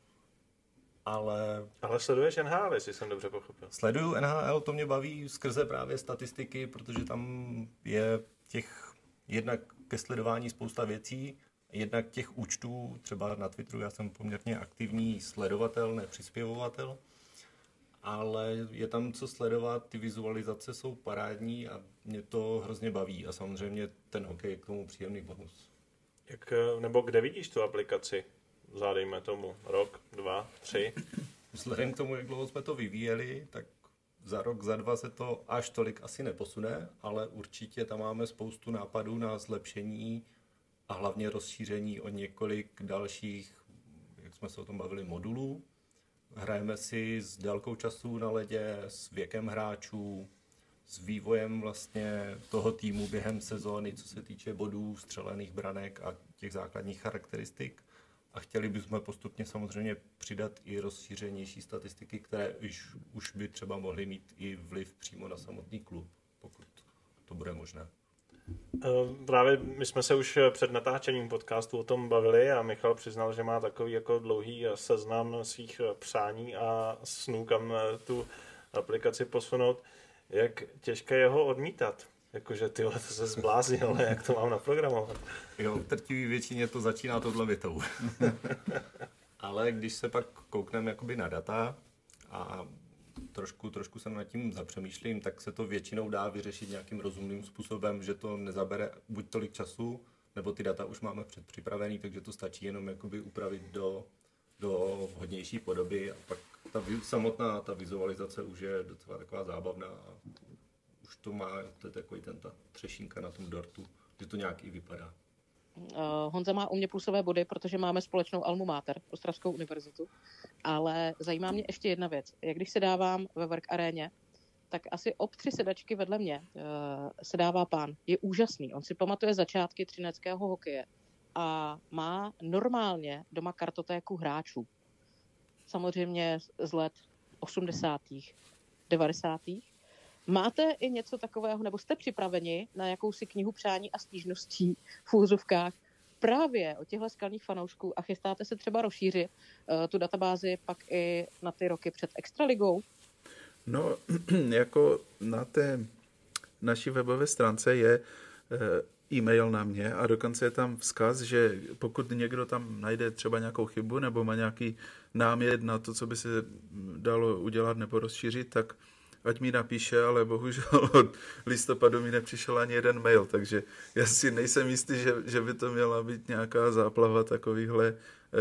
Ale sleduješ NHL, jestli jsem dobře pochopil. Sleduju NHL, to mě baví skrze právě statistiky, protože tam je těch jednak ke sledování spousta věcí, jednak těch účtů, třeba na Twitteru já jsem poměrně aktivní sledovatel, ne přispěvovatel, ale je tam co sledovat, ty vizualizace jsou parádní a mě to hrozně baví a samozřejmě ten hokej je k tomu příjemný bonus. Nebo kde vidíš tu aplikaci? Dejme tomu rok, 2, 3. Vzhledem k tomu, jak dlouho jsme to vyvíjeli, tak za rok, za 2 se to až tolik asi neposune, ale určitě tam máme spoustu nápadů na zlepšení a hlavně rozšíření o několik dalších, jak jsme se o tom bavili, modulů. Hrajeme si s délkou času na ledě, s věkem hráčů, s vývojem vlastně toho týmu během sezóny, co se týče bodů, střelených branek a těch základních charakteristik. A chtěli bychom postupně samozřejmě přidat i rozšířenější statistiky, které už by třeba mohly mít i vliv přímo na samotný klub, pokud to bude možné. Právě my jsme se už před natáčením podcastu o tom bavili a Michal přiznal, že má takový jako dlouhý seznam svých přání a snů, kam tu aplikaci posunout. Jak těžké je ho odmítat? Jakože tyhle, to se zbláznil, ale jak to mám naprogramovat? Jo, v drtivé většině to začíná tohle větou. Ale když se pak koukneme jakoby na data a trošku se nad tím zapřemýšlím, tak se to většinou dá vyřešit nějakým rozumným způsobem, že to nezabere buď tolik času, nebo ty data už máme předpřipravený, takže to stačí jenom jakoby upravit do vhodnější podoby a pak samotná ta vizualizace už je docela taková zábavná a už to má, to je takový ta třešínka na tom dortu, že to nějak i vypadá. Honza má u mě plusové body, protože máme společnou almu mater, Ostravskou univerzitu, ale zajímá mě ještě jedna věc. Jak když se dávám ve Work aréně, tak asi ob 3 sedačky vedle mě se dává pán. Je úžasný. On si pamatuje začátky třineckého hokeje a má normálně doma kartotéku hráčů. Samozřejmě z let 80. 90. Máte i něco takového, nebo jste připraveni na jakousi knihu přání a stížností v úzovkách právě od těchto skalních fanoušků a chystáte se třeba rozšířit tu databázi pak i na ty roky před Extraligou? No, jako na té naší webové stránce je e-mail na mě a dokonce je tam vzkaz, že pokud někdo tam najde třeba nějakou chybu nebo má nějaký námět na to, co by se dalo udělat nebo rozšířit, tak ať mi napíše, ale bohužel od listopadu mi nepřišel ani jeden mail, takže já si nejsem jistý, že by to měla být nějaká záplava takovýchhle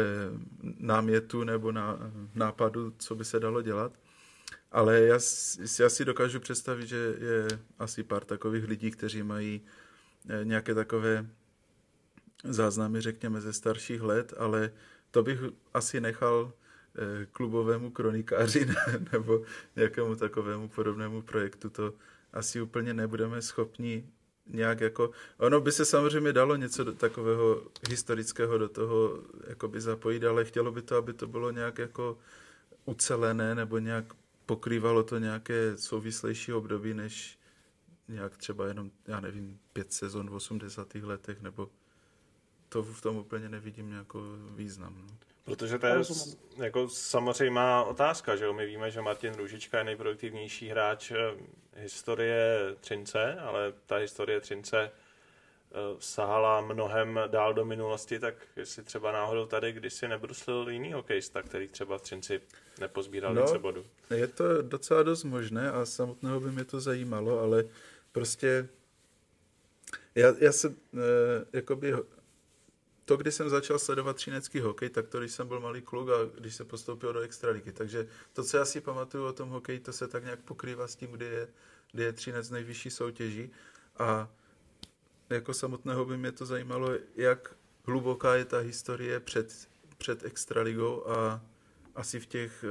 námětů nebo nápadů, co by se dalo dělat. Ale já si dokážu představit, že je asi pár takových lidí, kteří mají nějaké takové záznamy, řekněme, ze starších let, ale to bych asi nechal klubovému kronikáři nebo nějakému takovému podobnému projektu. To asi úplně nebudeme schopni nějak jako... Ono by se samozřejmě dalo něco takového historického do toho jakoby zapojit, ale chtělo by to, aby to bylo nějak jako ucelené nebo nějak pokrývalo to nějaké souvislejší období, než nějak třeba jenom, já nevím, 5 sezon v 80. letech, nebo to v tom úplně nevidím nějakou význam. No. Protože to je jako samozřejmá otázka, že jo? My víme, že Martin Růžička je nejproduktivnější hráč historie Třince, ale ta historie Třince sahala mnohem dál do minulosti, tak jestli třeba náhodou tady kdysi nebruslil jiný hokejista, který třeba v Třinci nepozbíral více bodů. Je to docela dost možné a samotného by mě to zajímalo, ale prostě já se jakoby to, když jsem začal sledovat třinecký hokej, tak to, když jsem byl malý kluk a když se postoupil do extraligy. Takže to, co já si pamatuju o tom hokeji, to se tak nějak pokrývá s tím, kdy je Třinec nejvyšší soutěží. A jako samotného by mě to zajímalo, jak hluboká je ta historie před extraligou a asi v těch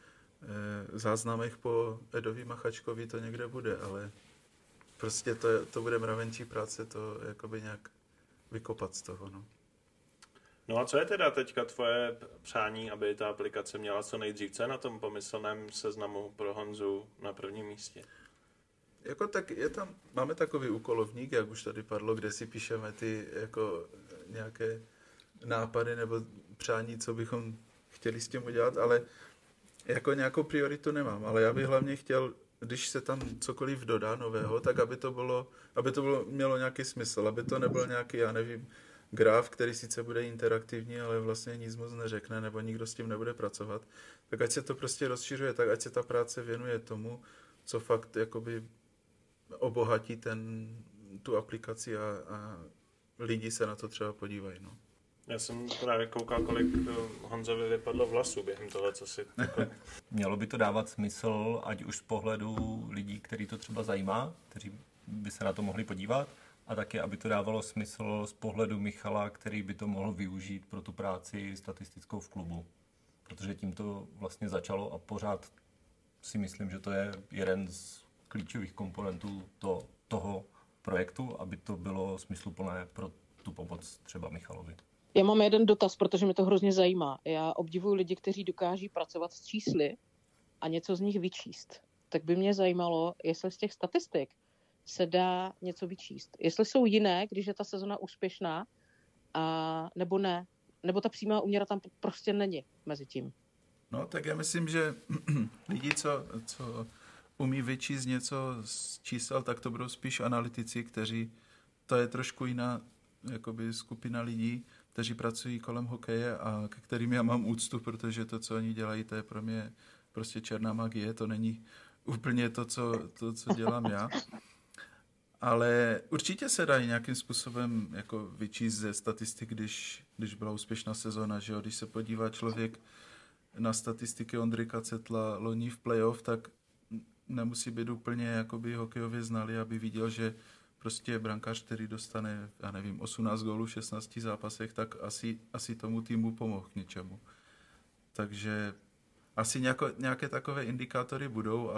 záznamech po Edovi Machačkovi to někde bude, ale prostě to bude mravenčí práce to jakoby nějak vykopat z toho, no. No a co je teda teďka tvoje přání, aby ta aplikace měla co nejdřív? Co je na tom pomyslném seznamu pro Honzu na prvním místě? Jako tak máme takový úkolovník, jak už tady padlo, kde si píšeme ty jako nějaké nápady nebo přání, co bychom chtěli s tím udělat, ale jako nějakou prioritu nemám, ale já bych hlavně chtěl, když se tam cokoliv dodá nového, tak aby to mělo nějaký smysl, aby to nebyl nějaký, já nevím, graf, který sice bude interaktivní, ale vlastně nic moc neřekne, nebo nikdo s tím nebude pracovat, tak ať se to prostě rozšiřuje, tak ať se ta práce věnuje tomu, co fakt jakoby obohatí tu aplikaci a lidi se na to třeba podívají. No. Já jsem právě koukal, kolik Honzovi vypadlo vlasů během toho, co si... Mělo by to dávat smysl, ať už z pohledu lidí, který to třeba zajímá, kteří by se na to mohli podívat, a taky, aby to dávalo smysl z pohledu Michala, který by to mohl využít pro tu práci statistickou v klubu. Protože tím to vlastně začalo a pořád si myslím, že to je jeden z klíčových komponentů toho projektu, aby to bylo smysluplné pro tu pomoc třeba Michalovi. Já mám jeden dotaz, protože mě to hrozně zajímá. Já obdivuju lidi, kteří dokáží pracovat s čísly a něco z nich vyčíst. Tak by mě zajímalo, jestli z těch statistik se dá něco vyčíst. Jestli jsou jiné, když je ta sezona úspěšná, nebo ne. Nebo ta přímá úměra tam prostě není mezi tím. No, tak já myslím, že lidi, co umí vyčíst něco z čísel, tak to budou spíš analytici, kteří, to je trošku jiná jakoby skupina lidí, kteří pracují kolem hokeje a ke kterým já mám úctu, protože to, co oni dělají, to je pro mě prostě černá magie, to není úplně to, co dělám já. Ale určitě se dají nějakým způsobem jako vyčíst ze statistik, když byla úspěšná sezona, že jo? Když se podívá člověk na statistiky Ondřejka Cetla loni v playoff, tak nemusí být úplně jakoby hokejově znalý, aby viděl, že prostě brankář, který dostane, já nevím, 18 gólů v 16 zápasech, tak asi tomu týmu pomohl k něčemu. Takže asi nějaké takové indikátory budou,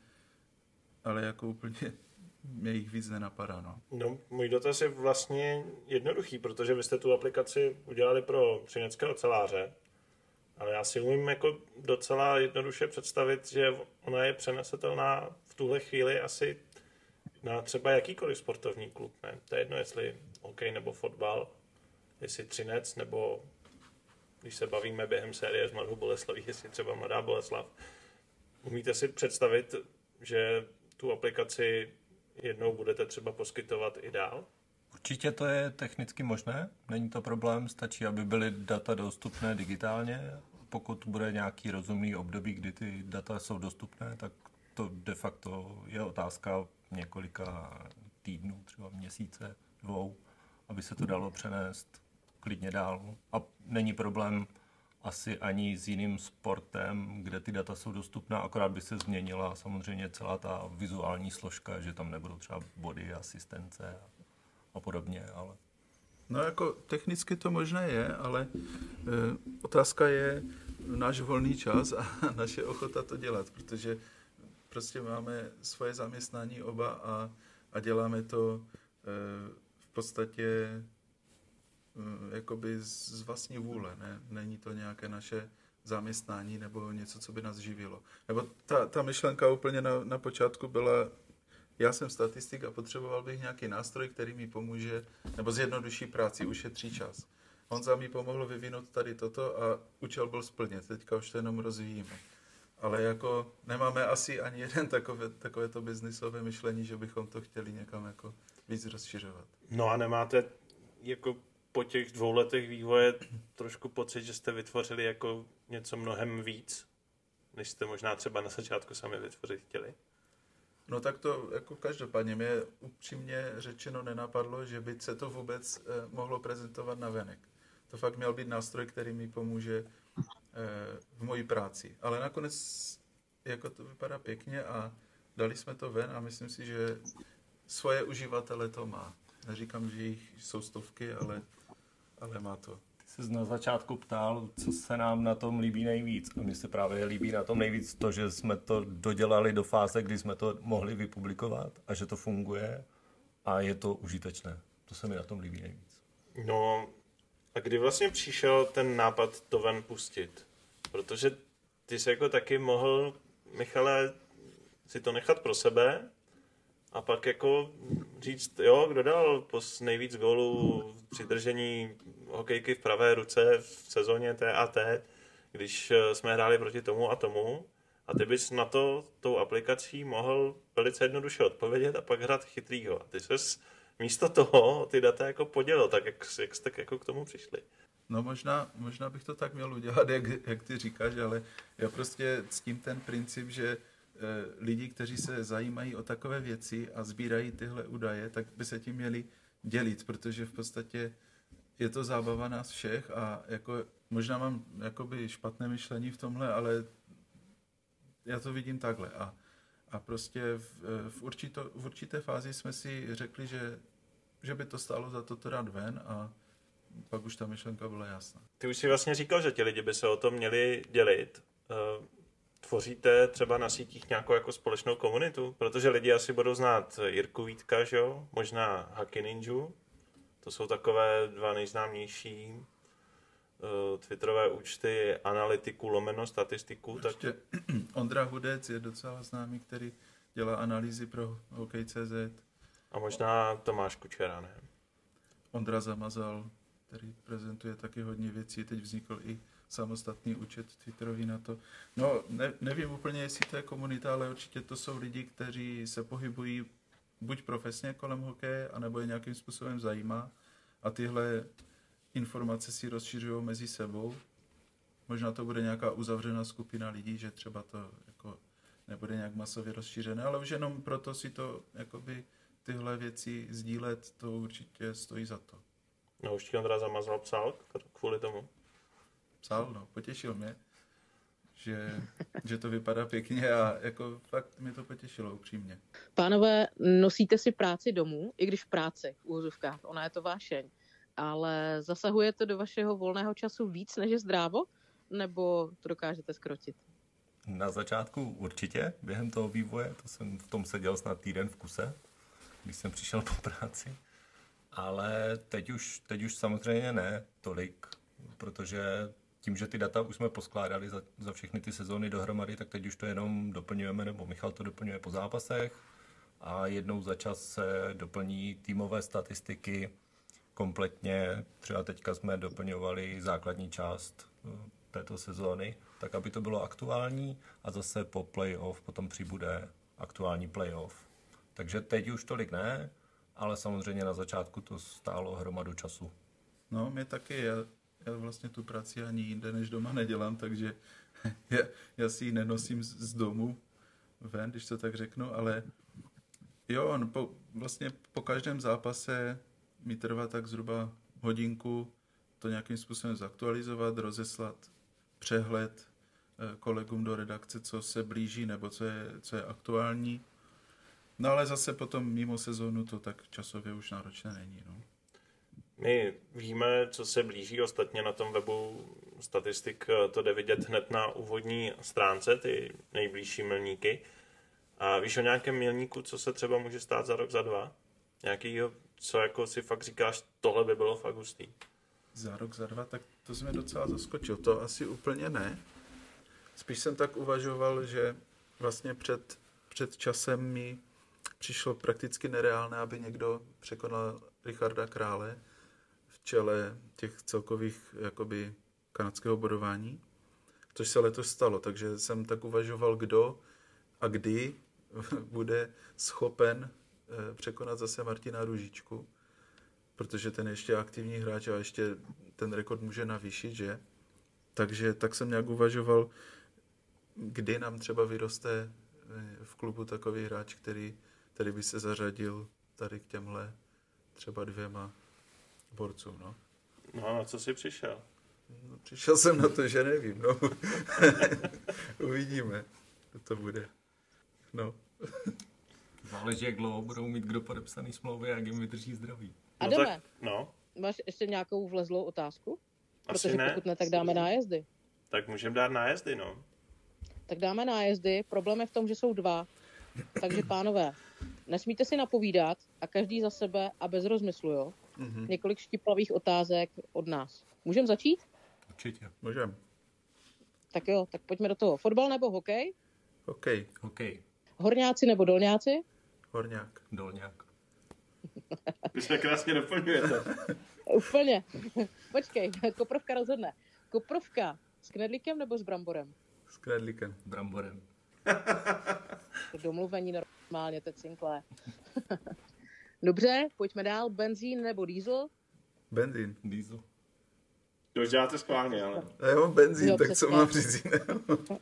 ale jako úplně mě jich víc nenapadá. No, můj dotaz je vlastně jednoduchý, protože vy jste tu aplikaci udělali pro třineckého oceláře, ale já si umím jako docela jednoduše představit, že ona je přenesitelná v tuhle chvíli asi na třeba jakýkoliv sportovní klub, ne? To je jedno, jestli hokej nebo fotbal, jestli Třinec, nebo když se bavíme během série s Mladou Boleslaví, jestli třeba Mladá Boleslav. Umíte si představit, že tu aplikaci jednou budete třeba poskytovat i dál? Určitě to je technicky možné, není to problém, stačí, aby byly data dostupné digitálně. Pokud bude nějaký rozumný období, kdy ty data jsou dostupné, tak to de facto je otázka několika týdnů, třeba měsíce, 2, aby se to dalo přenést klidně dál. A není problém asi ani s jiným sportem, kde ty data jsou dostupná, akorát by se změnila samozřejmě celá ta vizuální složka, že tam nebudou třeba body, asistence a podobně, ale... No jako technicky to možné je, ale otázka je náš volný čas a naše ochota to dělat, protože prostě máme svoje zaměstnání oba a děláme to v podstatě jakoby z vlastní vůle, ne? Není to nějaké naše zaměstnání nebo něco, co by nás živilo. Nebo ta myšlenka úplně na počátku byla, já jsem statistik a potřeboval bych nějaký nástroj, který mi pomůže, nebo zjednoduší práci, ušetří čas. Honza mi pomohl vyvinout tady toto a účel byl splněn. Teďka už to jenom rozvíjíme. Ale jako nemáme asi ani jeden takovéto biznisové myšlení, že bychom to chtěli někam jako víc rozšiřovat. No a nemáte jako po těch 2 letech vývoje trošku pocit, že jste vytvořili jako něco mnohem víc, než jste možná třeba na začátku sami vytvořit chtěli? No tak to jako každopádně mě upřímně řečeno nenapadlo, že by se to vůbec mohlo prezentovat na venek. To fakt měl být nástroj, který mi pomůže v mojí práci. Ale nakonec jako to vypadá pěkně a dali jsme to ven a myslím si, že svoje uživatele to má. Neříkám, že jich jsou stovky, ale má to. Ty jsi na začátku ptal, co se nám na tom líbí nejvíc. A mně se právě líbí na tom nejvíc to, že jsme to dodělali do fáze, kdy jsme to mohli vypublikovat a že to funguje a je to užitečné. To se mi na tom líbí nejvíc. No a kdy vlastně přišel ten nápad to ven pustit? Protože ty jsi jako taky mohl, Michale, si to nechat pro sebe a pak jako říct, jo, kdo dal nejvíc gólů v přidržení hokejky v pravé ruce v sezóně té a té, když jsme hráli proti tomu a tomu, a ty bys na to tou aplikací mohl velice jednoduše odpovědět a pak hrát chytrýho. A ty ses místo toho ty data jako podělil, tak jak jste jako k tomu přišli? No možná bych to tak měl udělat, jak ty říkáš, ale já prostě ctím ten princip, že lidi, kteří se zajímají o takové věci a sbírají tyhle údaje, tak by se tím měli dělit, protože v podstatě je to zábava nás všech a jako možná mám jakoby špatné myšlení v tomhle, ale já to vidím takhle a prostě v určité fázi jsme si řekli, že by to stálo za to dát ven a pak už ta myšlenka byla jasná. Ty už si vlastně říkal, že ti lidi by se o tom měli dělit. Tvoříte třeba na sítích nějakou jako společnou komunitu? Protože lidi asi budou znát Jirku Vítka, že jo? Možná Hacky Ninju. To jsou takové 2 nejznámější twitterové účty analytiků lomeno statistiku. Tak... Ondra Hudec je docela známý, který dělá analýzy pro Hokej.cz. A možná Tomáš Kučera, ne? Ondra Zamazal, který prezentuje taky hodně věcí. Teď vznikl i samostatný účet twitterový na to. No, nevím úplně, jestli to je komunita, ale určitě to jsou lidi, kteří se pohybují buď profesně kolem hokeje, anebo je nějakým způsobem zajímá a tyhle informace si rozšiřují mezi sebou. Možná to bude nějaká uzavřená skupina lidí, že třeba to jako nebude nějak masově rozšířené, ale už jenom proto si to jakoby tyhle věci sdílet, to určitě stojí za to. No už ti Ondra Zamazal psal kvůli tomu? Psal, no, potěšil mě, že to vypadá pěkně a jako fakt mě to potěšilo upřímně. Pánové, nosíte si práci domů, i když práci, v úvozovkách, ona je to vášeň, ale zasahuje to do vašeho volného času víc, než je zdrávo, nebo to dokážete zkrotit? Na začátku určitě, během toho vývoje, to jsem v tom seděl snad týden v kuse, když jsem přišel po práci, ale teď už samozřejmě ne tolik, protože tím, že ty data už jsme poskládali za všechny ty sezóny dohromady, tak teď už to jenom doplňujeme, nebo Michal to doplňuje po zápasech a jednou za čas se doplní týmové statistiky kompletně. Třeba teďka jsme doplňovali základní část této sezóny, tak aby to bylo aktuální a zase po playoff potom přibude aktuální playoff. Takže teď už tolik ne, ale samozřejmě na začátku to stálo hromadu času. No, mě taky. Já vlastně tu práci ani jinde než doma nedělám, takže já si ji nenosím z domu ven, když to tak řeknu, ale jo, vlastně po každém zápase mi trvá tak zhruba hodinku to nějakým způsobem zaktualizovat, rozeslat přehled kolegům do redakce, co se blíží nebo co je aktuální. No ale zase potom mimo sezónu to tak časově už náročné není. No. My víme, co se blíží, ostatně na tom webu statistik to jde vidět hned na úvodní stránce, ty nejbližší milníky. A víš o nějakém milníku, co se třeba může stát za rok, za dva? Nějakýho, co jako si fakt říkáš, tohle by bylo fakt hustý? Za rok, za dva, tak to jsi mě docela zaskočil. To asi úplně ne. Spíš jsem tak uvažoval, že vlastně před časem mi přišlo prakticky nereálné, aby někdo překonal Richarda Krále v čele těch celkových jakoby kanadského bodování, což se letos stalo. Takže jsem tak uvažoval, kdo a kdy bude schopen překonat zase Martina Růžičku, protože ten ještě aktivní hráč a ještě ten rekord může navýšit, že? Takže tak jsem nějak uvažoval, kdy nám třeba vyroste v klubu takový hráč, který by se zařadil tady k těmhle třeba 2 borcům, no. No a na co jsi přišel? No, přišel jsem na to, že nevím, no. Uvidíme, co to bude. No. Záleží, jak dlouho budou mít kdo podepsaný smlouvy a jak jim vydrží zdraví. Adame, no. Máš ještě nějakou vlezlou otázku? Asi Protože ne. pokud ne, tak dáme nájezdy. Tak můžeme dát nájezdy, no. Tak dáme nájezdy, problém je v tom, že jsou 2. Takže pánové, nesmíte si napovídat a každý za sebe a bez rozmyslu, jo? Mm-hmm. Několik štiplavých otázek od nás. Můžeme začít? Určitě. Můžeme. Tak jo, tak pojďme do toho. Fotbal nebo hokej? Hokej. Horňáci nebo dolňáci? Horňák. Dolňák. Vy se krásně doplňujete. Úplně. Počkej, Koprovka rozhodne. Koprovka s knedlíkem nebo s bramborem? S knedlíkem. Bramborem. Domluvení normálně, teď cinklé. Dobře, pojďme dál. Benzín nebo diesel? Benzín. Diesel. To už děláte schválně, ale. Já mám benzín, Jo, tak přesně. co mám říct jiného?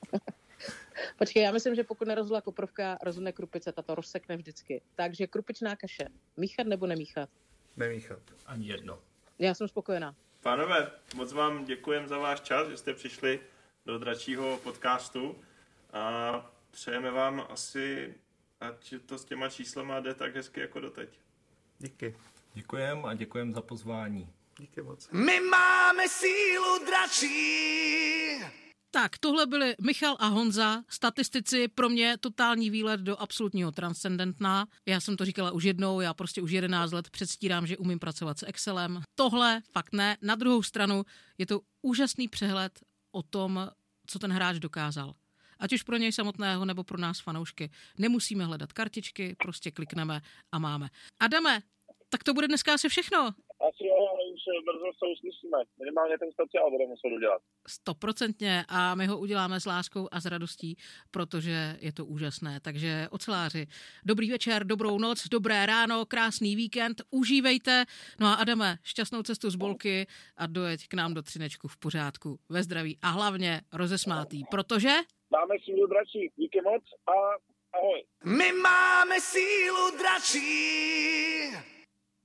Počkej, já myslím, že pokud nerozhodla Koprovka, rozhodne Krupice, ta to rozsekne vždycky. Takže krupičná kaše. Míchat nebo nemíchat? Nemíchat. Ani jedno. Já jsem spokojená. Pánové, moc vám děkujeme za váš čas, že jste přišli do dračího podcastu a přejeme vám asi, ať to s těma číslama jde tak hezky jako doteď. Díky. Děkujem a děkujem za pozvání. Díky moc. My máme sílu dračí. Tak, tohle byli Michal a Honza, statistici, pro mě totální výlet do absolutního transcendentna. Já jsem to říkala už jednou, já prostě už 11 let předstírám, že umím pracovat s Excelem. Tohle fakt ne. Na druhou stranu je to úžasný přehled o tom, co ten hráč dokázal. Ať už pro něj samotného, nebo pro nás fanoušky. Nemusíme hledat kartičky, prostě klikneme a máme. Adame, tak to bude dneska asi všechno. Asi jo, ale už brzo se uslyšíme. Minimálně ten speciál budeme muset udělat. 100% a my ho uděláme s láskou a s radostí, protože je to úžasné. Takže oceláři, dobrý večer, dobrou noc, dobré ráno, krásný víkend, užívejte. No a Adame, šťastnou cestu z Bolky a dojeď k nám do Třinečku v pořádku, ve zdraví a hlavně rozesmátý, protože... Máme sílu dračí. Díky moc a ahoj. My máme sílu dračí.